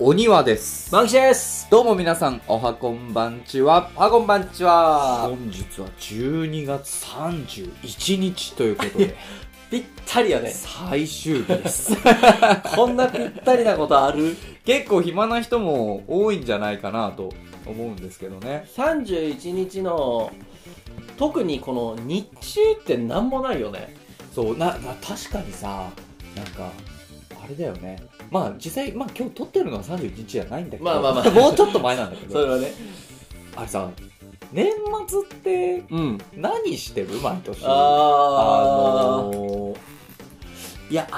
お庭です。 マンキシです。 どうも皆さん、おはこんばんちは。 おはこんばんちは。 本日は12月31日ということでぴったりやね。 最終日ですこんなぴったりなことある？ 結構暇な人も多いんじゃないかなと思うんですけどね。 31日の特にこの日中ってなんもないよね。 そう確かにさ、なんかあれだよね。まあ実際、今日撮ってるのは31日じゃないんだけど、 まあもうちょっと前なんだけどそれはね。 あれさ、年末って何してる？毎年。 いや、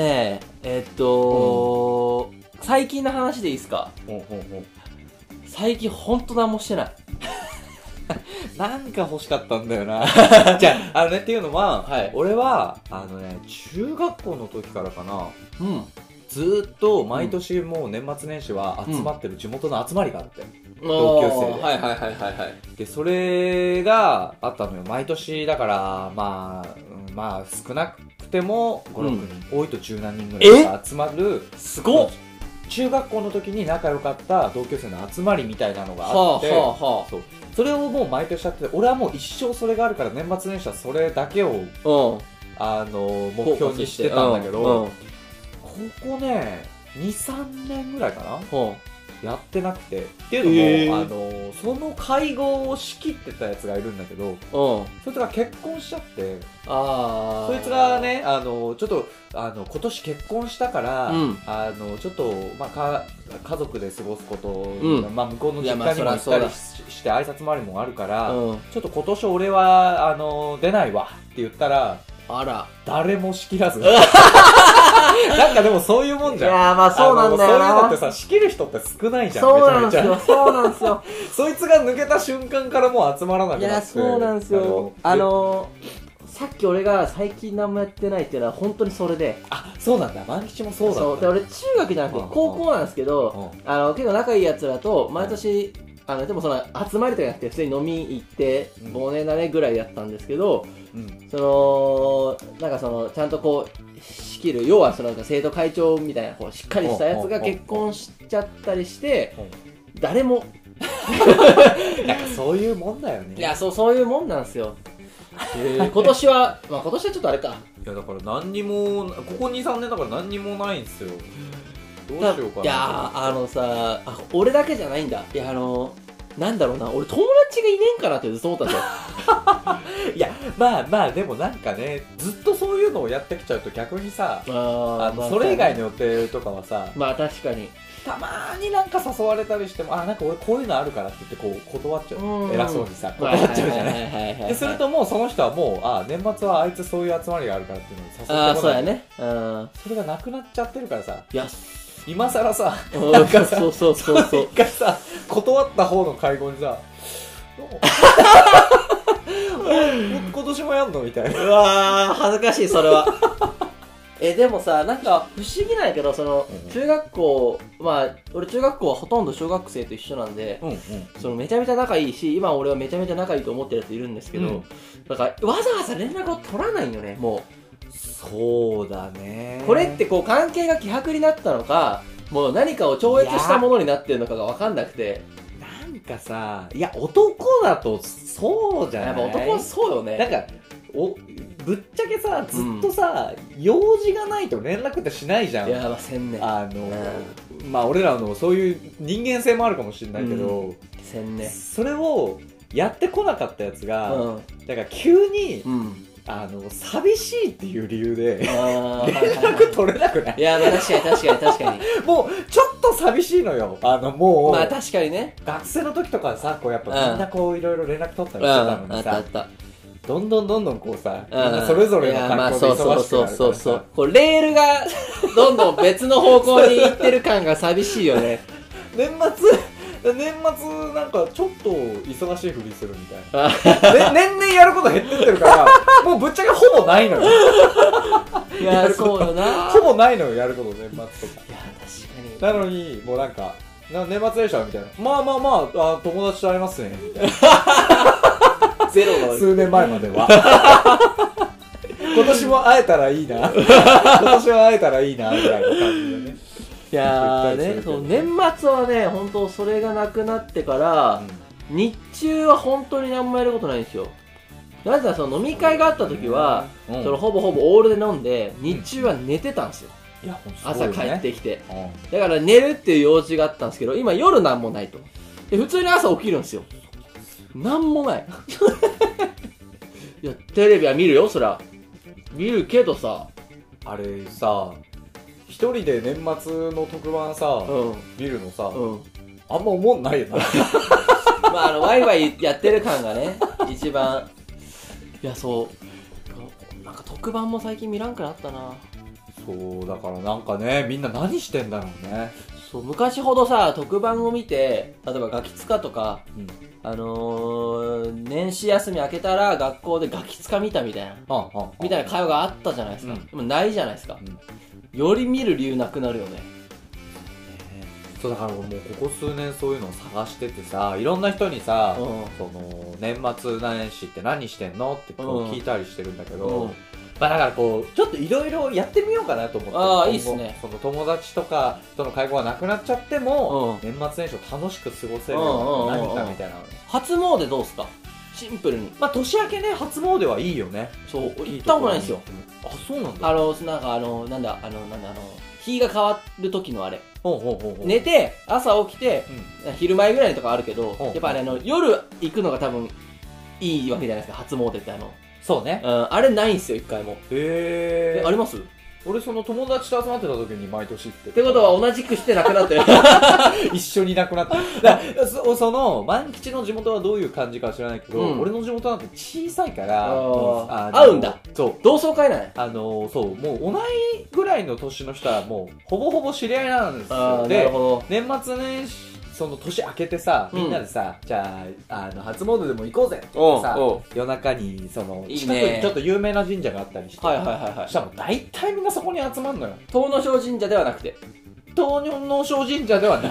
最近の話でいいですか？最近ほんと何もしてない。 なんか欲しかったんだよなじゃあ、っていうのは、はい、俺は、中学校の時からかな、ずーっと毎年もう年末年始は集まってる地元の集まりがあって、同級生で。で、それがあったのよ。毎年だから、まあ、少なくても5、6人、多いと10何人ぐらいが集まる、すごっ！中学校の時に仲良かった同級生の集まりみたいなのがあって、そう。それをもう毎年やってて、俺はもう一生それがあるから年末年始はそれだけを、目標にしてたんだけど、ここね、2、3年ぐらいかな、やってなくて。っていうのも、その会合を仕切ってたやつがいるんだけど、そいつが結婚しちゃって、そいつがね、ちょっと、今年結婚したから、ちょっと、家族で過ごすこと、向こうの実家にも行ったりして挨拶回りもあるから、ちょっと今年俺は、出ないわって言ったら、誰も仕切らず。なんかでもそういうもんじゃん。 いやそうなんだよな。 そういうのってさ、仕切る人って少ないじゃん。 そうなんですよ、そうなんですよ。 そいつが抜けた瞬間からもう集まらなくなって。 いや、そうなんですよ。さっき俺が最近何もやってないっていうのは本当にそれで。 そうなんだ。万吉もそうだった。そう。 で、俺中学じゃなくて高校なんですけど、結構仲いい奴らと毎年、でもその集まりとかじゃなくて普通に飲み行って忘年だねぐらいやったんですけど、ちゃんとこう仕切る、要は生徒会長みたいなこうしっかりしたやつが結婚しちゃったりして、誰もなんかそういうもんだよね。 いや、そういうもんなんですよ。今年はちょっとあれか。 いや、だから何にも、ここ 2,3 年だから何にもないんですよ。どうしようかな。 いや俺だけじゃないんだ。いやなんだろうな、俺友達がいねえんかなってずっと思ったんですよいや、まあでもなんかね、ずっとそういうのをやってきちゃうと逆にさ、それ以外の予定とかはさ、 確かにたまーになんか誘われたりしても、なんか俺こういうのあるからって言ってこう断っちゃう。偉そうにさ、断っちゃうじゃない。でするともうその人はもう、年末はあいつそういう集まりがあるからっていうのを誘ってこない。 そうやね。 それがなくなっちゃってるからさ。 いや、 今更さ、なんかさ、 そう一回さ、断った方の会合にさ、今年もやんのみたいな。 うわー、恥ずかしい、それは。でもさ、なんか不思議なんやけど、中学校、俺中学校はほとんど小学生と一緒なんで、めちゃめちゃ仲いいし、今俺はめちゃめちゃ仲いいと思ってるやついるんですけど、だからわざわざ連絡を取らないよね、もう。 そうだね。 これってこう関係が希薄になったのか、もう何かを超越したものになってるのかが分かんなくて。 なんかさ、いや、男だとそうじゃない？ やっぱ男はそうよね。 なんか、ぶっちゃけさ、ずっとさ、用事がないと連絡ってしないじゃん。 いや、せんね。 俺らのそういう人間性もあるかもしれないけど、 せんね。 それをやってこなかったやつが、だから急に、寂しいっていう理由で連絡取れなくない？ いや、確かにもうちょっと寂しいのよ。もう確かにね、 学生の時とかさ、こうやっぱみんなこういろいろ連絡取ったりしてたのにさ、どんどんこうさ、それぞれの格好で忙しくなるからさ、 こうレールがどんどん別の方向に行ってる感が寂しいよね。 年末なんかちょっと忙しいふりするみたいな。年々やること減ってってるから、もうぶっちゃけほぼないのよ。 いや、そうよな。 ほぼないのよ、やること年末とか。 いや、確かに。 なのに、もうなんか、年末でしょみたいな。まあ、友達と会いますね、みたいな。 ゼロの。 数年前までは。今年も会えたらいいな。今年も会えたらいいな、ぐらいの感じでね。 いやーね、そう年末はね、本当それがなくなってから、日中は本当に何もやることないんですよ。なぜならその飲み会があった時は、そのほぼほぼオールで飲んで、日中は寝てたんですよ。 いや朝帰ってきて、だから寝るっていう用事があったんですけど、今夜なんもないと。で普通に朝起きるんですよ。なんもない。いやテレビは見るよ、そりゃ見るけどさ、 あれさ、一人で年末の特番さ、見るのさ、あんま思んないよな。 まあワイワイやってる感がね一番。いやそうなんか特番も最近見らんくなったな。 そうだからなんかね、みんな何してんだろうね。 そう昔ほどさ特番を見て、例えばガキ使とか、年始休み明けたら学校でガキ使見たみたいなみたいな会話があったじゃないですか。でもないじゃないですか。より見る理由なくなるよね。 そうだからもうここ数年そういうのを探しててさ、いろんな人にさ、その年末年始って何してんのって聞いたりしてるんだけど、まあだからこうちょっといろいろやってみようかなと思って。 ああいいっすね。 その友達とかとの会合がなくなっちゃっても、年末年始を楽しく過ごせるような何かみたいな。 初詣どうすか？シンプルに。 まあ年明けね、初詣はいいよね。 そう、行ったことないんですよ。 あ、そうなんだ。 なんかなんだ日が変わる時のあれ。寝て朝起きて、昼前ぐらいとかあるけど、やっぱ夜行くのが多分いいわけじゃないですか、初詣って。 そうね。 あれないんすよ、一回も。あります？ 俺その友達と集まってた時に毎年行ってってことは同じくしてなくなってる。 一緒になくなった。だその万吉の地元はどういう感じかは知らないけど、俺の地元なんて小さいから会うんだ。 そう同窓会なんや。 そうもう同いぐらいの年の人はもうほぼほぼ知り合いなんですよ。 で年末年始その年明けてさ、みんなでさ、じゃあ初詣でも行こうぜってさ、夜中にその近くにちょっと有名な神社があったりして、そしたらもう大体みんなそこに集まるのよ。 東野小神社ではなくて、 東野小神社ではない。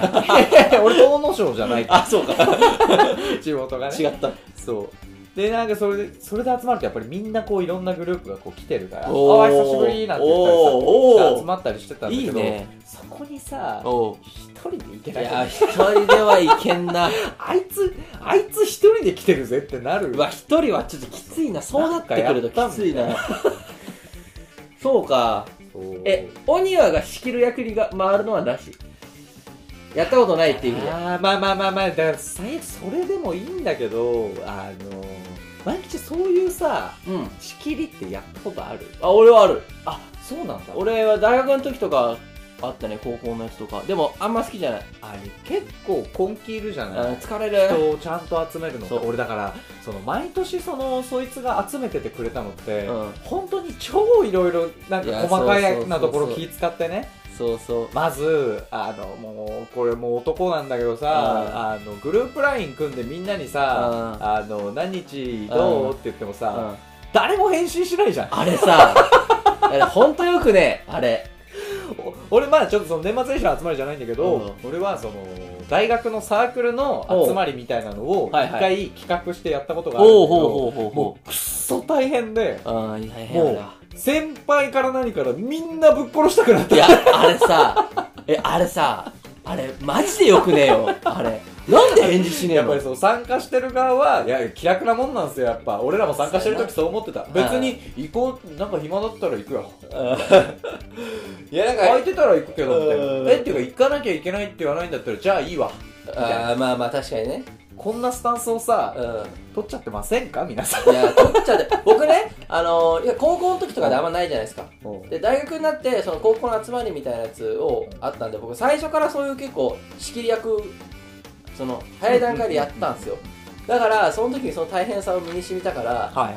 俺東野小じゃない。 あ、そうか。 地元がね。 違った。 そう。で、なんかそれで集まるとやっぱりみんなこういろんなグループがこう来てるから、久しぶりなんて言ったりさ、集まったりしてたんだけど、そこにさ、一人で行けない。 いや、一人ではいけんな。 あいつ一人で来てるぜってなる。 うわ、一人はちょっときついな。そうなってくるときついな。そうか。お庭が仕切る役にが回るのはなし。やったことないっていう。 まあ、だから最悪それでもいいんだけど、毎日そういうさ、仕切りってやったことある？ あ、俺はある。 あ、そうなんだ。 俺は大学の時とかあったね、高校のやつとか。でもあんま好きじゃない。 あれ結構根気いるじゃない？ 疲れる。 人をちゃんと集めるのって。俺だからその毎年そいつが集めててくれたのって、本当に超いろいろなんか細かいなところ気使ってね。 そうそう。 まずもうこれもう男なんだけどさ、グループ LINE 組んでみんなにさ、何日どうって言ってもさ、誰も返信しないじゃん。 あれさ、あれほんとよくね、あれ。 俺まあちょっとその年末年始の集まりじゃないんだけど、俺はその大学のサークルの集まりみたいなのを一回企画してやったことがあるんだけど、もうくっそ大変で、もう先輩から何からみんなぶっ殺したくなって。 いや、あれさ、あれマジでよくねえよ。あれなんで返事しねえの？ やっぱりそう参加してる側は、いや気楽なもんなんですよ。やっぱ俺らも参加してる時そう思ってた。別に行こう、なんか暇だったら行くよ。いやなんか空いてたら行くけどみたいな。っていうか行かなきゃいけないって言わないんだったらじゃあいいわ。 まあ確かにね。 こんなスタンスをさ、取っちゃってませんか皆さん。 いや取っちゃって。僕ね、いや高校の時とかであんまないじゃないですか。で大学になってその高校の集まりみたいなやつをあったんで、僕最初からそういう結構仕切り役その早い段階でやったんですよ。だからその時にその大変さを身に染みたから、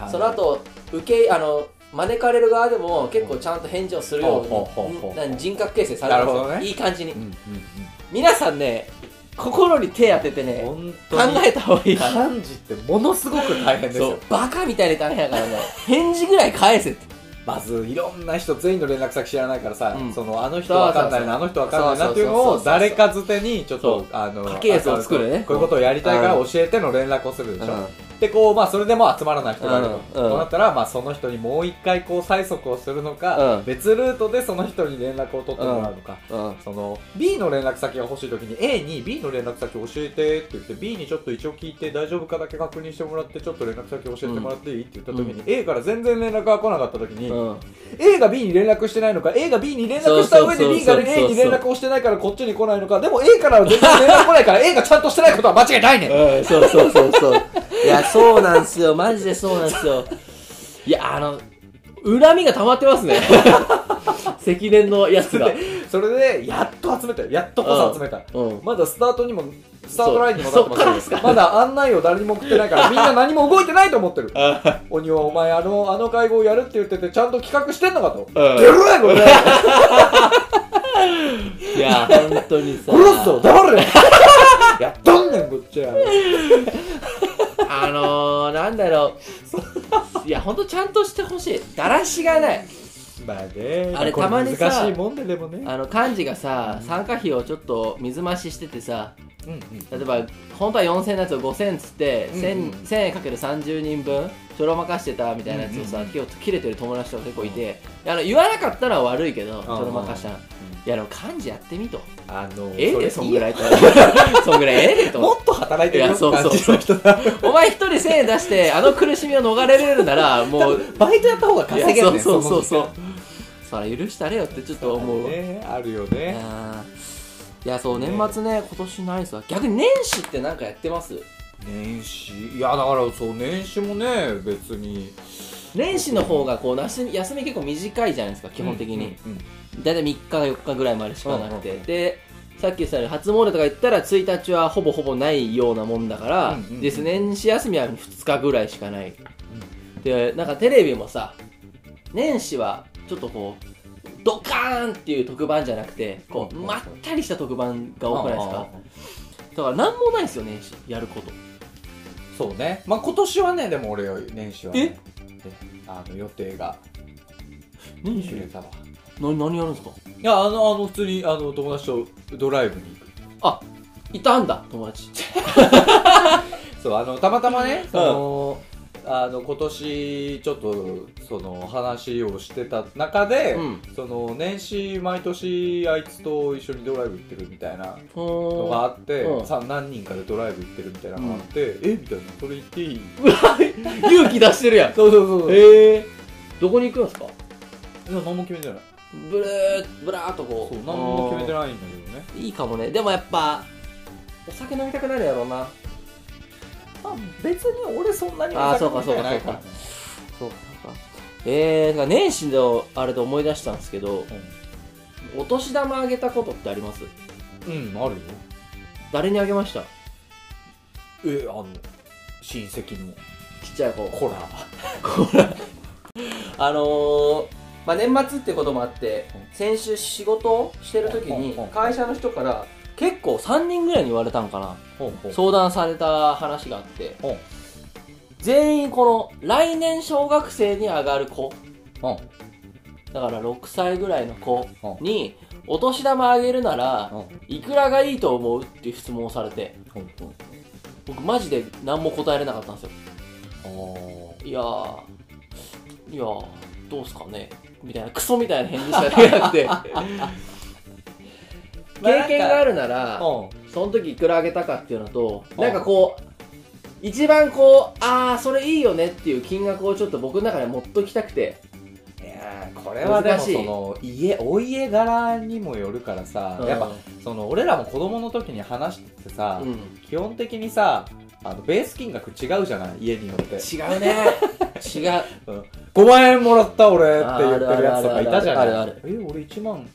その後招かれる側でも結構ちゃんと返事をするように人格形成されるんですよ。いい感じに。皆さんね、心に手当ててね、考えた方がいい。 漢字ってものすごく大変ですよ。 バカみたいに大変やからね、返事ぐらい返せって。 まずいろんな人全員の連絡先知らないからさ、そのあの人わかんないな、あの人わかんないなっていうのを誰かづてにちょっと家系図を作るね。 こういうことをやりたいから教えての連絡をするでしょ。 でこうまあそれでも集まらない人がいると、 うんそうなったらまあその人にもう一回こう催促をするのか、別ルートでその人に連絡を取ってもらうのか、その B の連絡先が欲しい時に A に B の連絡先教えてって言って B にちょっと一応聞いて大丈夫かだけ確認してもらってちょっと連絡先教えてもらっていいって言った時に、A から全然連絡が来なかった時に、A が B に連絡してないのか A が B に連絡した上で B が A に連絡をしてないからこっちに来ないのか、でも A からは全然連絡来ないから A がちゃんとしてないことは間違いないねん。 そうそうそうそう。いや、そうなんすよ。マジでそうなんすよ。いや、恨みが溜まってますね。積年のやつが。 それで、やっと集めたよ。やっとこそ集めた。まだスタートラインにもなってますけど、まだ案内を誰にも送ってないから、みんな何も動いてないと思ってる。鬼はお前あの会合やるって言ってて、ちゃんと企画してんのかと。出ろやこれいや、本当にさ。 殺すぞ黙れやっとんねん、こっちは。 なんだろう。いや、ほんとちゃんとしてほしい。だらしがない。 まあね、 あれたまにさ、 難しいもんでもね。 幹事がさ、参加費をちょっと水増ししててさ、例えば、本当は4000のやつを5000っつって、1000円かける30人分、ちょろまかしてたみたいなやつをさ、結構切れてる友達とか結構いて、言わなかったら悪いけど、ちょろまかしたら。いやでも幹事やってみと。ええで、そんぐらいと。そんぐらいええでと。 もっと働いてるよ。 そうそうそう。お前一人1000円出して、苦しみを逃れれるなら、もう。 バイトやった方が稼げるね。 そうそうそう。それ許したれよってちょっと思う。 あるよね。 いや、そう、年末ね、今年ないっすわ。逆に年始ってなんかやってます？ 年始いや、だからそう、年始もね、別に。 年始の方がこう休み結構短いじゃないですか、基本的に。だいたい3日か4日ぐらいまでしかなくて、でさっき言ったように初詣とか言ったら1日はほぼほぼないようなもんだから、です年始休みは2日ぐらいしかない、でなんかテレビもさ、年始はちょっとこうドカーンっていう特番じゃなくてこうまったりした特番が多くないですか。だから何もないですよ、年始やること。 そうね、まあ今年はね、でも俺年始はね、予定が年始入れたわ。 何やるんですか？ いや、普通に友達とドライブに行く。 あ、いたんだ友達。 そうたまたまね、今年ちょっとその話をしてた中で、その年始毎年あいつと一緒にドライブ行ってるみたいなのがあって、何人かでドライブ行ってるみたいなのがあって、みたいな、それ行っていい？ 勇気出してるやん。 そうそうそう。 どこに行くんですか？ いや、何も決めてない。 ブラーっとこう。 そう、何も決めてないんだけどね。 いいかもね。でもやっぱお酒飲みたくなるやろうな。 別に俺そんなにお酒飲みたくないから。そうか。年始のあれで思い出したんですけど、お年玉あげたことってあります？ あるよ。 誰にあげました？ 親戚のちっちゃい子。 コラまあ、年末ってこともあって、先週仕事をしてる時に会社の人から結構3人ぐらいに言われたのかな、相談された話があって、全員この来年小学生に上がる子、だから6歳ぐらいの子にお年玉あげるならいくらがいいと思うっていう質問をされて、僕マジで何も答えれなかったんですよ。いやどうすかねみたいなクソみたいな返事しかできなくて経験があるならその時いくらあげたかっていうのと、なんかこう一番こうそれいいよねっていう金額をちょっと僕の中で持っときたくて。 いやこれはでもそのお家柄にもよるからさ、やっぱその俺らも子供の時に話しててさ、基本的にさベース金額違うじゃない、家によって。 違うね。違う、 5万円もらった俺って言ってるやつとかいたじゃない。俺1万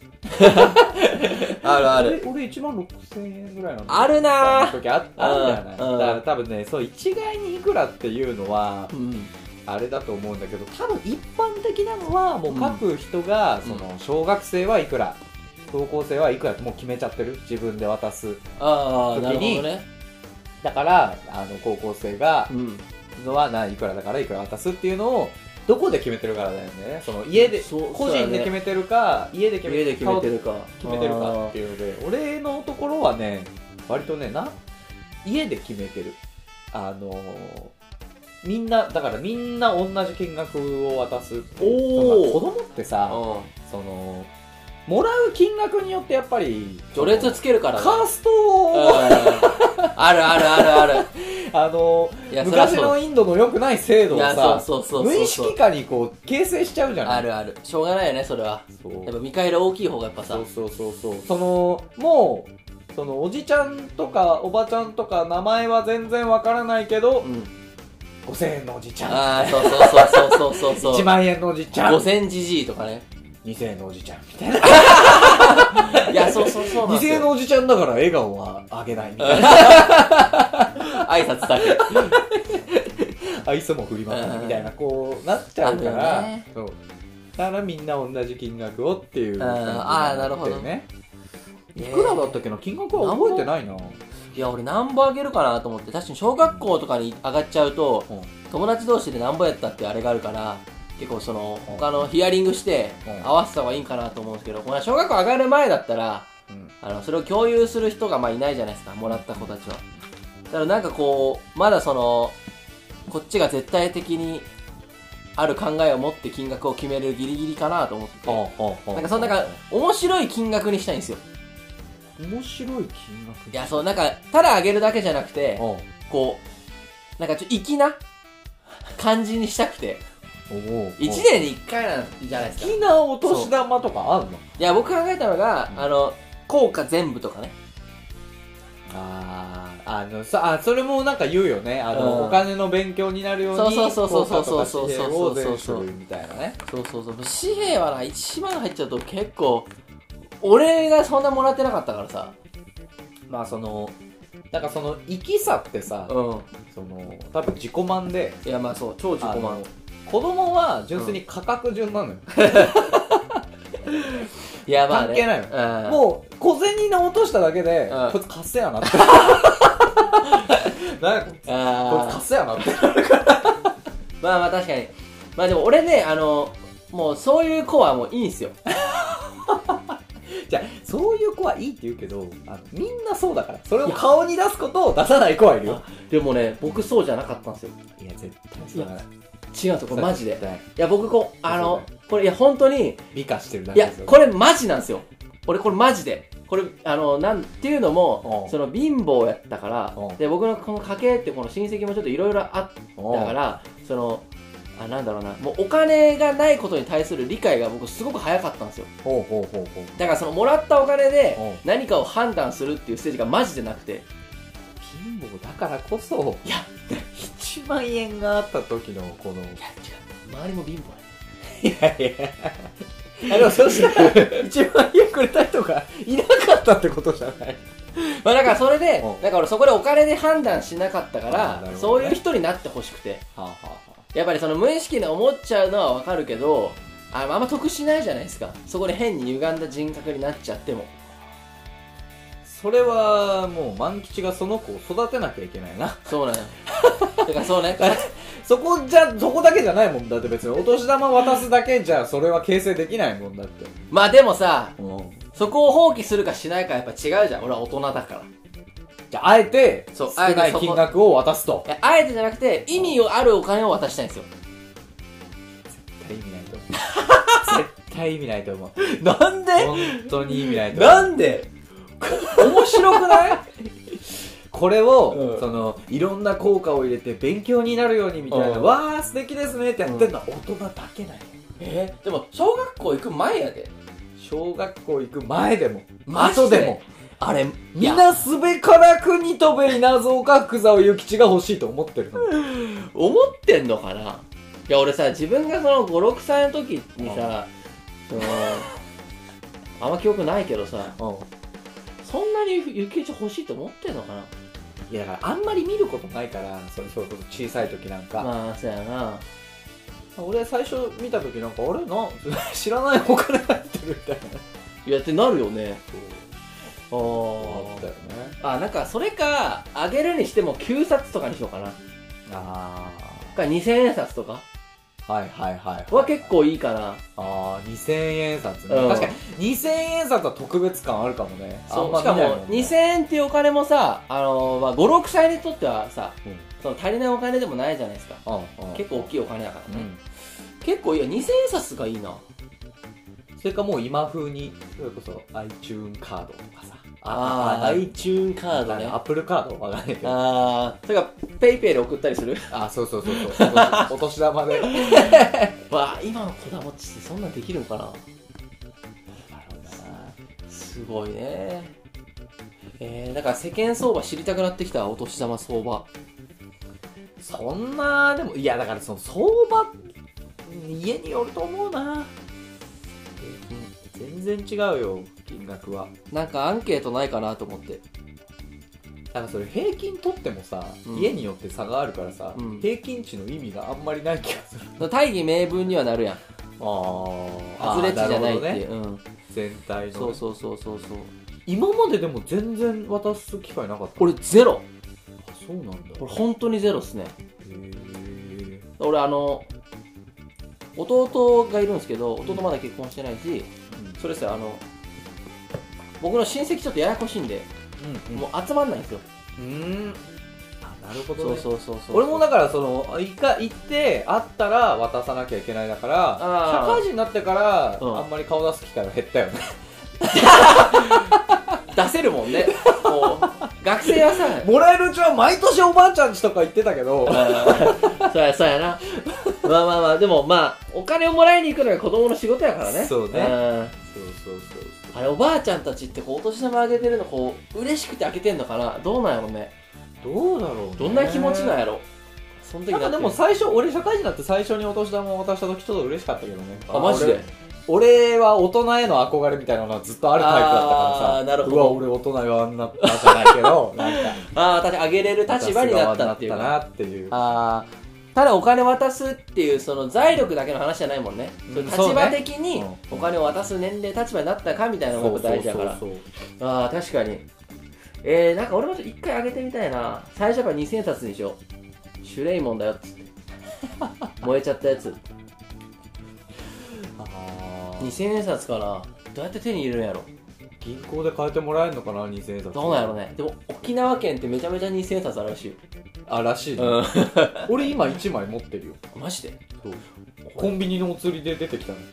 俺1万6000円ぐらいなんだ。 あるなー。時あったんじゃない。だから多分ね、そう一概にいくらっていうのは、あれだと思うんだけど、多分一般的なのはもう各人がその小学生はいくら、高校生はいくらってもう決めちゃってる、自分で渡す時に。だから高校生がのはいくらだからいくら渡すっていうのをどこで決めてるからだよね。その家で個人で決めてるか、家で決めてるかっていうので、俺のところはね割とね家で決めてる。 みんなだからみんな同じ金額を渡すっておお。 子供ってさ、そのもらう金額によってやっぱり序列つけるからね。 カーストをあるあるあるある。 昔のインドの良くない制度をさ、 そう無意識化にこう形成しちゃうじゃない。 あるある。しょうがないよね、それは。やっぱ見返り大きい方がやっぱさ。 そうそのもうそのおじちゃんとかおばちゃんとか名前は全然わからないけど、5000円のおじちゃん、 ああ、そう 1万円のおじちゃん、 5000じじいとかね、 2000円のおじちゃんみたいな。 いや、そうなんですよ。 2000円のおじちゃんだから笑顔はあげないみたいな。 挨拶だけ。 愛想も振りまくみたいな、こうなっちゃうから、そうだからみんな同じ金額をっていう感じになってるね。いくらだったっけな、金額は覚えてないな。 いや、俺何ぼあげるかなと思って。確かに小学校とかに上がっちゃうと、友達同士で何ぼやったってあれがあるから、結構その他のヒアリングして合わせた方がいいんかなと思うんですけど、これ小学校上がる前だったら、それを共有する人がまあいないじゃないですか、もらった子たちは。だからなんかこう、まだそのこっちが絶対的にある考えを持って金額を決めるギリギリかなと思って、なんかそのなんか面白い金額にしたいんですよ。 面白い金額？ いや、そうなんかただ上げるだけじゃなくて、こうなんか粋な感じにしたくて。1年に1回なんじゃないですか。 好きなお年玉とかあるの？ いや、僕考えたのが、効果全部とかね。 それもなんか言うよね。お金の勉強になるように、 そう効果とか紙幣を全種類みたいなね。 そう。紙幣はな、1万入っちゃうと結構、俺がそんなもらってなかったからさ。 まあその、なんかその、生きさってさ、その、多分自己満で。 いや、まあそう、超自己満。 子供は純粋に価格順なのよ。 いや、まあ関係ないの。もう小銭の落としただけで、こいつカスやなって。なんかこいつカスやなってなるから。 まあ確かに。まあでも俺ね、もうそういう子はもういいんすよ。 じゃあそういう子はいいって言うけど、みんなそうだから。それを顔に出すことを出さない子はいるよ。 でもね、僕そうじゃなかったんですよ。 いや、絶対そうだない。 違うんですよ、これマジで。いや、僕これ、いや、本当に。 美化してるだけですよ。 いや、これマジなんですよ。俺、これマジで。これ、なんていうのも、その貧乏やったから、で、僕のこの家系ってこの親戚もちょっといろいろあったから、その、なんだろうな、もうお金がないことに対する理解が僕すごく早かったんですよ。だからそのもらったお金で何かを判断するっていうステージがマジでなくて。 貧乏だからこそ、いや、1万円があった時のこの、いや、違う、 周りも貧乏やね。いやでもそしたら1万円くれた人がいなかったってことじゃない？ まあだからそれで、だから俺そこでお金で判断しなかったから、そういう人になってほしくて。やっぱりその無意識に思っちゃうのはわかるけど、あんま得しないじゃないですか。そこで変に歪んだ人格になっちゃっても。 それはもう万吉がその子を育てなきゃいけないな。 そうなんよ。だからそうね。 そこだけじゃないもんだって別にお年玉渡すだけじゃそれは形成できないもんだって。 まあでもさ、そこを放棄するかしないかやっぱ違うじゃん。俺は大人だから。 じゃああえて少ない金額を渡すと。 あえてじゃなくて意味あるお金を渡したいんですよ。 絶対意味ないと思う。絶対意味ないと思う。 なんで？ 本当に意味ないと思う。 なんで？面白くない？ これを、そのいろんな効果を入れて勉強になるようにみたいな、わー素敵ですねってやってるのは大人だけなんよ。 でも小学校行く前やで。 小学校行く前でも後でもあれみなすべからくに飛べ稲造か福沢諭吉が欲しいと思ってるの。 思ってんのかな。いや俺さ、自分がその5、6歳の時にさ、あんま記憶ないけどさ、そんなに諭吉欲しいと思ってんのかな。 いやだからあんまり見ることないから、それこそ小さい時なんか。 まあそうやな。 俺最初見た時なんかあれ知らないお金入ってるみたいな。 いやってなるよね。 あったよね。 なんかそれかあげるにしても9冊とかにしようかな。か2000円札とか。 はいはいはい。 は結構いいかな。 ああ、2000円札ね。 うん確かに、2000円札は特別感あるかもね。 そう、 あんましかも、 見ないもんね 2000円っていうお金もさ、まあ、5、6歳にとってはさ、 うんその足りないお金でもないじゃないですか。 うん結構大きいお金だからね。 うん。 結構いいよ、2000円札がいいな。 それかもう今風に、それこそ iTune カードとかさ。 iTune カードね。 アップルカードわかんないけど。 それか、ペイペイで送ったりするそうそうそうそう。お年玉で。 わあ、今の子供っちってそんなんできるんかな。すごいね。だから世間相場知りたくなってきた、お年玉相場。 そんな、でも、いやだからその相場、家によると思うな。全然違うよ、金額は。 なんかアンケートないかなと思って。 なんかそれ平均取ってもさ、家によって差があるからさ、平均値の意味があんまりない気がする。 大義名分にはなるやん。外れ値じゃないっていう。 全体の。 そうそうそう。 今まででも全然渡す機会なかった。 これゼロ。 そうなんだ。 これ本当にゼロっすね。俺弟がいるんですけど、弟まだ結婚してないし、それさ、僕の親戚ちょっとややこしいんで、もう集まんないんですよ。 なるほどね。 そう。 俺もだから行って会ったら渡さなきゃいけないだから、社会人になってからあんまり顔出す機会が減ったよね。 出せるもんね。学生はさ、 もらえるうちは毎年おばあちゃんちとか行ってたけど。 そうやな。まあでもお金をもらいに行くのが子供の仕事やからね。 そうね。そう。 あれおばあちゃんたちってお年玉あげてるの嬉しくてあげてんのかな。どうなんやろね。 どうだろうね。 どんな気持ちなんやろ。その時でも最初俺社会人になって最初にお年玉を渡した時ちょっと嬉しかったけどね。 マジで。 俺は大人への憧れみたいなのはずっとあるタイプだったからさ。 なるほど。 うわ、俺大人があんなったじゃないけど、なんか。 確かにあげれる立場になったっていうなっていう。 ただお金渡すっていうその財力だけの話じゃないもんね。立場的にお金を渡す年齢立場になったかみたいなのが大事だから。確かに。なんか俺も一回あげてみたいな。最初から2000円札にしよう。シュレイモンだよっつって燃えちゃったやつ。2000円札かな。どうやって手に入れるんやろ。 銀行で変えてもらえるのかな、2000円札。 どうなんやろね。でも沖縄県ってめちゃめちゃ2000円札あるらしいよ。 らしいね。俺今1枚持ってるよ。 マジで。 コンビニのお釣りで出てきたの。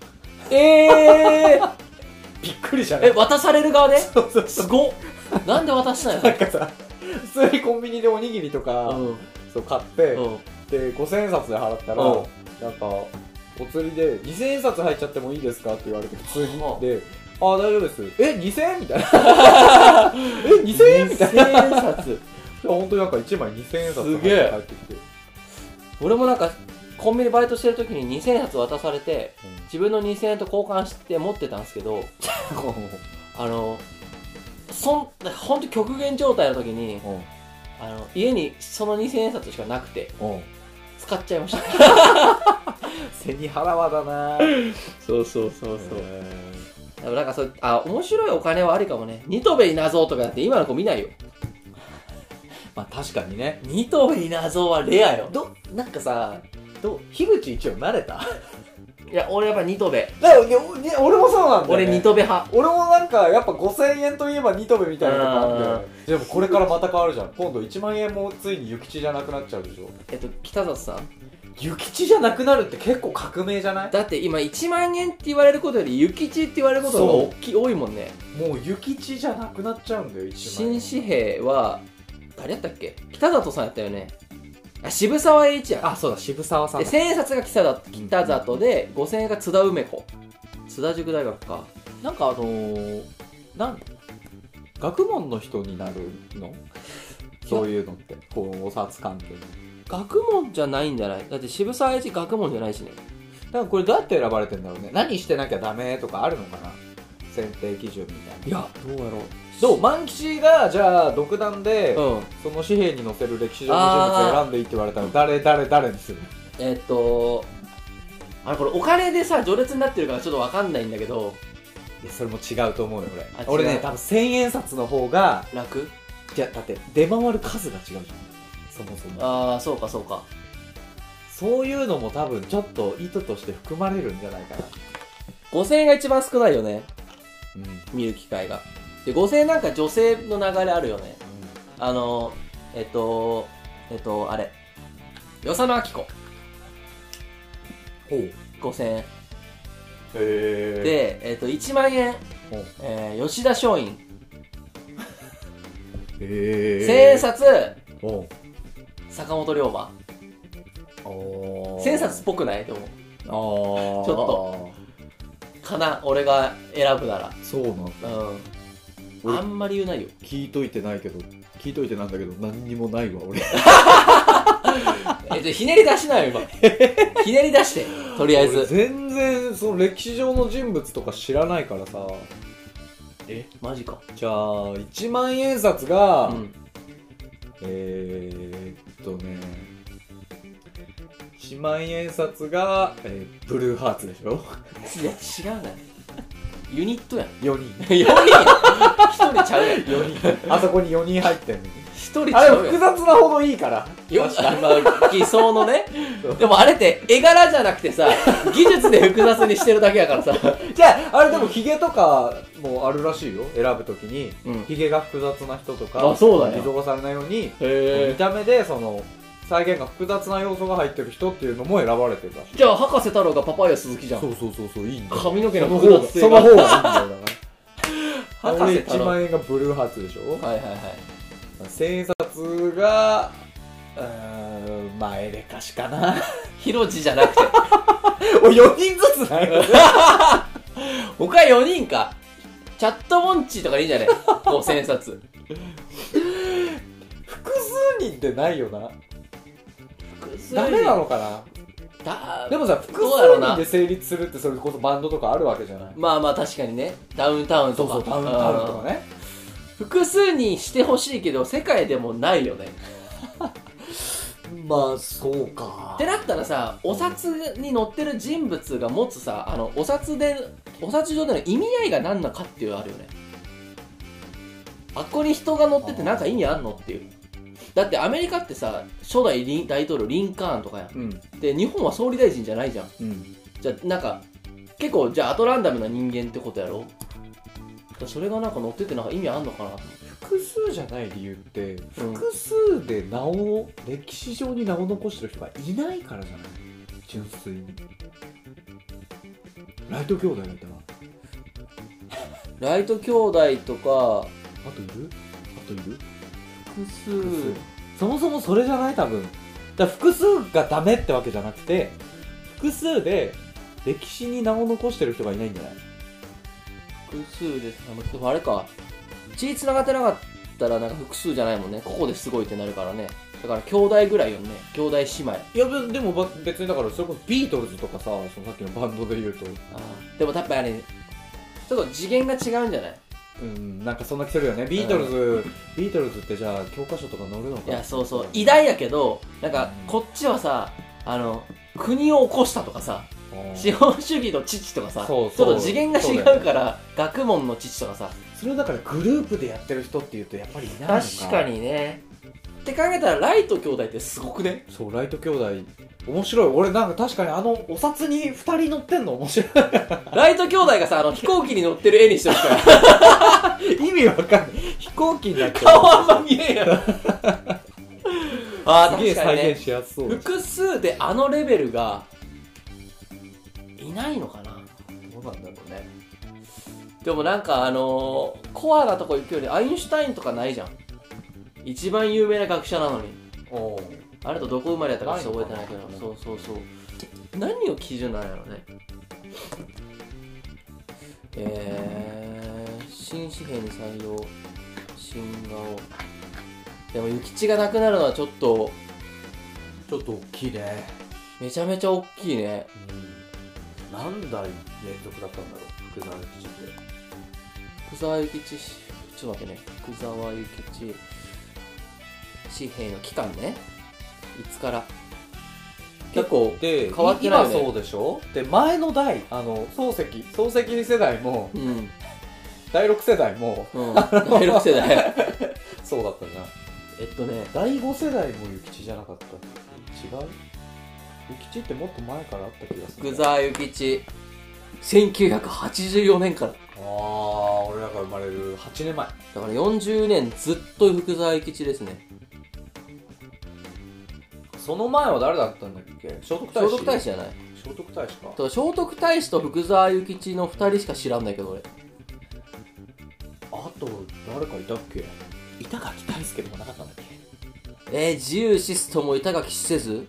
びっくりじゃない？ 渡される側で？すごっ。なんで渡したんやろ。 なんかさ、普通にコンビニでおにぎりとか買って、で5000円札で払ったら、なんかお釣りで2000円札入っちゃってもいいですかって言われて、普通にで、大丈夫です。2000円みたいな。2000円みたいな。 2000円札。 本当になんか1枚2000円札入ってきて。 俺もなんかコンビニバイトしてる時に2000円札渡されて、自分の2000円と交換して持ってたんですけど、ほんと極限状態の時に、家にその2000円札しかなくて、使っちゃいました。 背に腹はだな。 そう。でもなんか面白いお金はありかもね。ニトベイナゾーとかだって今の子見ないよ。 確かにね。 ニトベイナゾーはレアよ。 なんかさ、樋口一応慣れた？ いや、俺やっぱニトベ。 俺もそうなんだよね。 俺ニトベ派。 俺もなんかやっぱ5000円といえばニトベみたいなとこあるんだよ。でもこれからまた変わるじゃん。今度1万円もついに諭吉じゃなくなっちゃうでしょ。 北里さん。 諭吉じゃなくなるって結構革命じゃない？ だって今1万円って言われることより諭吉って言われることが多いもんね。 もう諭吉じゃなくなっちゃうんだよ、1万円。 新紙幣は誰やったっけ？北里さんやったよね。渋沢栄一や。 そうだ、渋沢さん。 で、1000円札が北里で、5000円が津田梅子。津田塾大学か。 なんか学問の人になるの？そういうのって。お札関係の。 学問じゃないんじゃない？だって渋沢栄一学問じゃないしね。 だからこれどうやって選ばれてんだろうね。何してなきゃダメとかあるのかな？選定基準みたいな。 いや、どうやろう。 万吉がじゃあ独断で、その紙幣に載せる歴史上の人物を選んでいいって言われたら誰にする？ これお金でさ序列になってるからちょっと分かんないんだけど、 それも違うと思うよ俺ね。多分1000円札の方が楽。 いやだって出回る数が違うじゃん、そもそも。 そうかそういうのも多分ちょっと意図として含まれるんじゃないかな。 5000円が一番少ないよね、 うん、 見る機会が。で5000円なんか女性の流れあるよね、うん、あれ与謝野晶子5000円で、1万円、吉田松陰1000円札坂本龍馬。1000冊っぽくない？でもちょっとかな、俺が選ぶなら。 そうなんだ、 うん、あんまり言うないよ。 聞いといてなんだけど何にもないわ俺。 ひねり出しないよ今。ひねり出してとりあえず。 全然その歴史上の人物とか知らないからさ。 マジか。 じゃあ1万円札が、うん、1万円札が、ブルーハーツでしょ。 いや違うね、ユニットやん。 4人 1人ちゃうやん。 4人あそこに4人入ってんの。 1人ちゃうやん。 あれ複雑なほどいいから偽装のね。でもあれって絵柄じゃなくてさ、技術で複雑にしてるだけやからさ。 じゃああれでもヒゲとかもあるらしいよ、選ぶときに、うん、ヒゲが複雑な人とか、 そうだね、 偽造がされないように見た目でその再現が複雑な要素が入ってる人っていうのも選ばれてるらしい。 じゃあ博士太郎がパパイヤ鈴木じゃん。 そういいんだよ。 髪の毛の複雑性がその方がいいんだよ。だから博士太郎 1万円がブルーハーツでしょ。 はいはいはい。 1000円札がまあエレカシかな。 ヒロジじゃなくてお4人ずつない他4人か。チャットモンチーとかいいじゃねえ。5000円札複数人ってないよな。ダメなのかな。でもさ、複数人で成立するってそれこそバンドとかあるわけじゃない。 まあまあ確かにね。ダウンタウンとか。 そうダウンタウンとかね。 複数人してほしいけど世界でもないよね。 まあそうかってなったらさ、お札に載ってる人物が持つさ、お札上での意味合いが何なのかっていうのあるよね。あっこに人が載っててなんか意味あんのっていう。だってアメリカってさ、初代大統領リンカーンとかや、うん、で日本は総理大臣じゃないじゃん、うん、じゃあなんか結構じゃあアトランダムな人間ってことやろ。それがなんか載っててなんか意味あんのかな。 複数じゃない理由って、複数で歴史上に名を残してる人がいないからじゃない。純粋にライト兄弟がいたわ。 ライト兄弟とかあといる複数そもそもそれじゃない多分。だから複数がダメってわけじゃなくて、複数で歴史に名を残してる人がいないんじゃない。 複数ででもあれか、血繋がってなかったらなんか複数じゃないもんね。ここですごいってなるからね。だから兄弟ぐらいよね。兄弟姉妹。 いやでも別にだからそれこそビートルズとかさ、そのさっきのバンドで言うと、 でもやっぱりちょっと次元が違うんじゃない？ なんかそんな気するよね。ビートルズってじゃあ教科書とか載るのか。 いやそう偉大やけど、なんかこっちはさ、国を起こしたとかさ、資本主義の父とかさ、ちょっと次元が違うから、学問の父とかさ、 それをだからグループでやってる人っていうとやっぱりいないのか。 確かにね。って考えたらライト兄弟ってすごくね。 そう、ライト兄弟面白い。俺なんか確かにお札に2人乗ってんの面白い。 ライト兄弟がさ、飛行機に乗ってる絵にしてるから意味わかんない。飛行機になってる。 顔あんま見えんやろ。 すげえ再現しやすそう。 複数でレベルがいないのかな。 どうなんだろうね。 でもなんかコアなとこ行くよりアインシュタインとかないじゃん。一番有名な学者なのに。あれとどこ生まれやったかちょっと覚えてないけど。そう何を基準なんやろね。新紙幣に採用、新顔。でも諭吉がなくなるのはちょっと大きいね。 めちゃめちゃ大きいね。 何代連続だったんだろう、福沢諭吉って。 福沢諭吉、ちょっと待ってね。福沢諭吉紙幣の期間ね。いつから結構変わってないよね。 今そうでしょ。で前の代漱石世代も、第6世代も、 第6世代そうだったじゃん。第5世代も諭吉じゃなかった。違う？ 諭吉ってもっと前からあった気がする。 福沢諭吉1984年から。 ああ、俺らが生まれる8年前だから40年ずっと福沢諭吉ですね。 その前は誰だったんだっけ？聖徳太子。聖徳太子じゃない。 聖徳太子か。 だから聖徳太子と福沢諭吉の2人しか知らんだけど俺。 あと誰かいたっけ？板垣大輔とかなかったんだっけ？ 自由シストも板垣せず、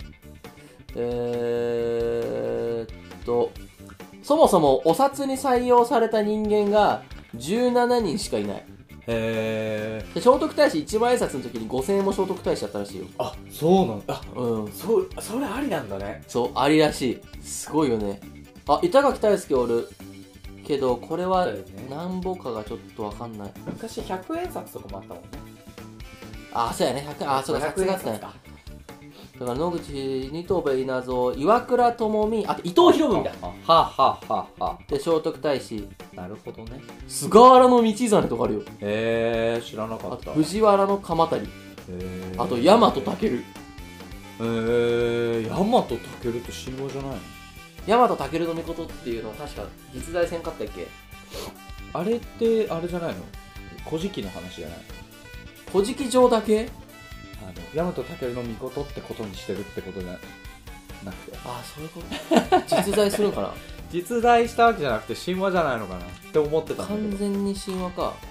そもそもお札に採用された人間が17人しかいない。 へー。聖徳太子1万円札の時に5000円も聖徳太子だったらしいよ。 あ、そうなんだ。 うん。 それありなんだね。 そう、ありらしい。すごいよね。あ、板垣大輔おる。けど、これは何ぼかがちょっとわかんない。 昔100円札とかもあったもんね。 あ、そうやね。そうだ、100円札ね。だから野口、二藤部稲造、岩倉智美、あと伊藤博文だ。 はあ、はあはあ、 で、聖徳太子。 なるほどね。 菅原道真とかあるよ。 知らなかった。 藤原の鎌足。あと大和武。 大和武って神話じゃないの？ 大和武の御事っていうのは確か実在せんかったっけ？ あれってあれじゃないの？古事記の話じゃないの？ 古事記上だけ？ 大和武の御事ってことにしてるってことじゃなくて。 ああ、そういうこと実在するのかな。 実在したわけじゃなくて神話じゃないのかなって思ってたんだけど。 完全に神話か。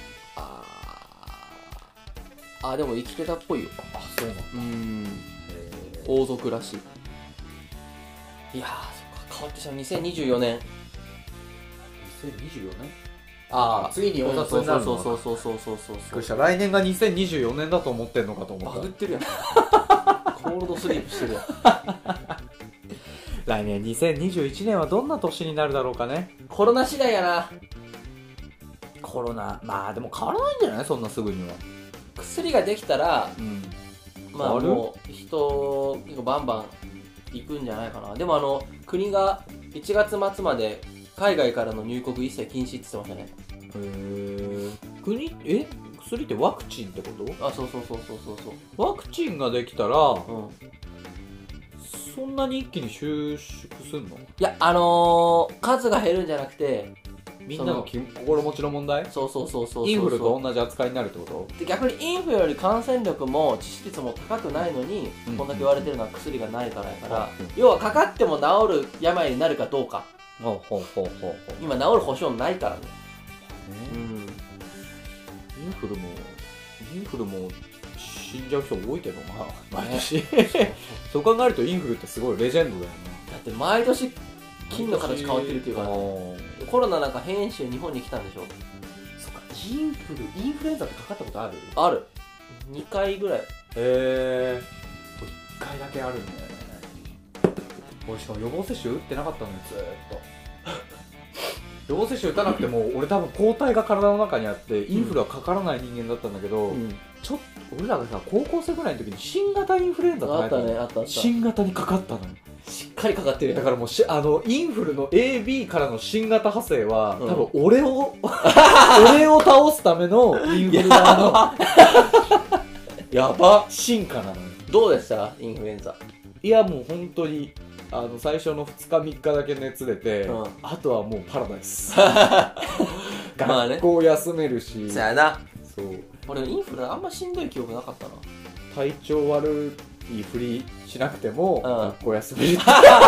でも生きてたっぽいよ。 あ、そうなんだ。 王族らしい。いやー、そっか、変わってきた。2024年。 2024年？ 次にお札になるの？そう。 びっくりした。来年が2024年だと思ってんのかと思った。 バグってるやん。コールドスリープしてるやん。 来年2021年はどんな年になるだろうかね。 コロナ次第やな。 コロナ、まあでも変わらないんじゃない？そんなすぐには。 薬ができたら、まあもう人結構バンバン行くんじゃないかな。でも国が1月末まで海外からの入国一切禁止って言ってましたね。 薬ってワクチンってこと？ あ、そう。 ワクチンができたら、そんなに一気に収縮すんの？ いや、数が減るんじゃなくて、 みんなの心持ちの問題？ そう。 インフルと同じ扱いになるってこと？ で、逆にインフルより感染力も致死率も高くないのに、こんだけ言われてるのは薬がないからやから、要はかかっても治る病になるかどうか。今治る保証ないからね。 インフルも死んじゃう人多いけどな、毎年。そう考えるとインフルってすごいレジェンドだよね。 だって毎年菌の形変わってるっていうからね。コロナなんか変異種日本に来たんでしょ。 そっか、インフルエンザってかかったことある？ ある。2回ぐらい。 1回だけあるんだよね。俺しかも予防接種打ってなかったのにずーっと。予防接種打たなくても俺多分抗体が体の中にあってインフルはかからない人間だったんだけど、ちょっと俺らがさ高校生ぐらいの時に新型インフルエンザってあった。 新型にかかったのよ。 しっかりかかってる。 だからもうインフルの AB からの新型派生は、多分俺を倒すためのインフル側のやば進化なのよ。 どうでしたインフルエンザ？ いやもう本当に最初の2日3日だけ熱出て、あとはもうパラダイス。学校休めるし。 そうやな。 そう。 俺インフルあんましんどい記憶なかったな。 体調悪いふりしなくても、学校休める。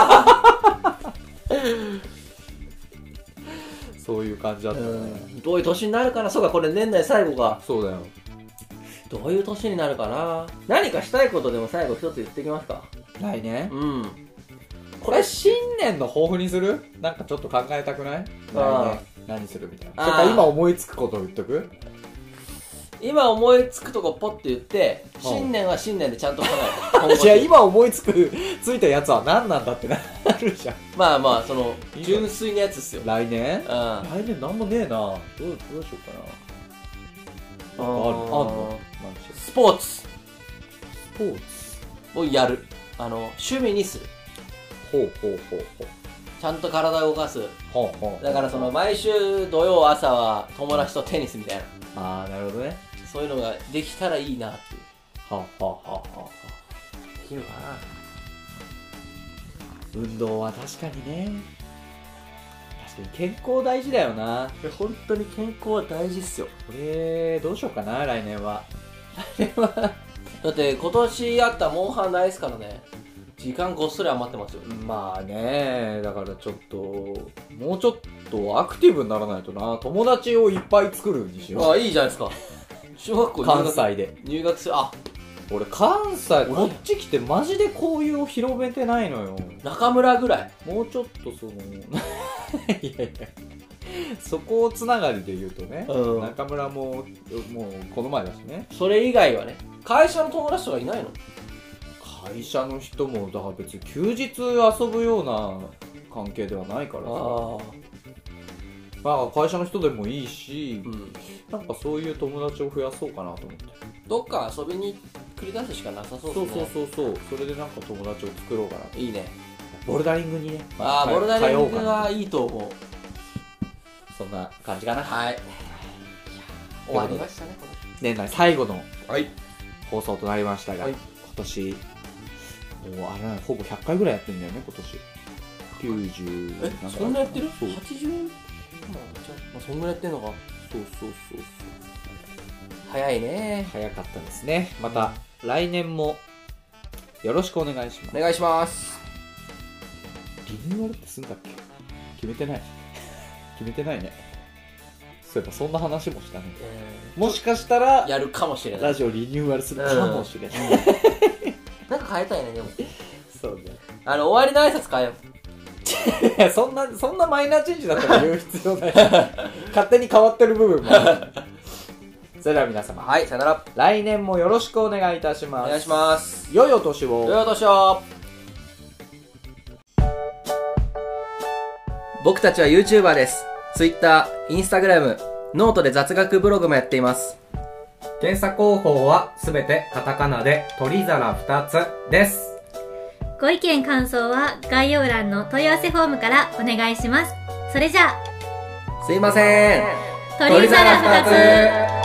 そういう感じだったね。 どういう年になるかな。そうか、これ年内最後か。 そうだよ。 どういう年になるかな。何かしたいことでも最後一つ言ってきますか。 来年？これ新年の抱負にする？なんかちょっと考えたくない？来年何するみたいな。それか今思いつくことを言っとく？ 今思いつくとこポッて言って、新年は新年でちゃんと考える。 じゃあ今思いついたやつは何なんだってなるじゃん。 まあその純粋なやつっすよ。 来年？来年なんもねえな。どうしようかな。あんの？ スポーツをやる。趣味にする。 ほう。 ちゃんと体を動かす。だから毎週土曜朝は友達とテニスみたいな。 なるほどね。 そういうのができたらいいなっていう。できるかな。 運動は確かにね。確かに健康大事だよな。 本当に健康は大事っすよ。 これどうしようかな、来年は。 だって今年あったモンハン大好きからね、時間ごっそり余ってますよ。 まあね、だからちょっともうちょっとアクティブにならないとな。友達をいっぱい作るにしよう。 あ、いいじゃないですか。小学校関西で入学する。あ、 俺関西こっち来てマジで交友を広めてないのよ。 中村ぐらい。 もうちょっとそのいやいや、そこをつながりで言うとね、中村ももうこの前だしね。 それ以外はね、会社の友達とかいないの？ 会社の人もだから別に休日遊ぶような関係ではないからさ。まあ会社の人でもいいし、なんかそういう友達を増やそうかなと思って。 どっか遊びに繰り出すしかなさそうですね。 そうそれでなんか友達を作ろうかな。 いいね。 ボルダリングにね。 ボルダリングはいいと思う。 そんな感じかな。 はい。終わりましたね、 年内最後の放送となりましたが、今年もうあれほぼ100回ぐらいやってるんだよね、今年。90。 そんなやってる？ 80？ まあそんぐらいやってんのか。そう早いね。 早かったですね。また来年もよろしくお願いします。 お願いします。 リニューアルってすんだっけ？決めてないね。そういえばそんな話もしたね。もしかしたらやるかもしれない。 ラジオリニューアルするかもしれない。 なんか変えたいね、でも。そうね。終わりの挨拶変えよう。 いや、そんなマイナーチェンジだったら言う必要ない。勝手に変わってる部分もある。それでは皆様、 はい、さよなら。 来年もよろしくお願いいたします。 お願いします。 良いお年を。 良いお年を。僕たちは YouTuber です。Twitter、Instagram、ノートで雑学ブログもやっています。 検査方法はすべてカタカナで鳥皿2つです。 ご意見感想は概要欄の問い合わせフォームからお願いします。それじゃあ、 すいません。 鳥皿2つ。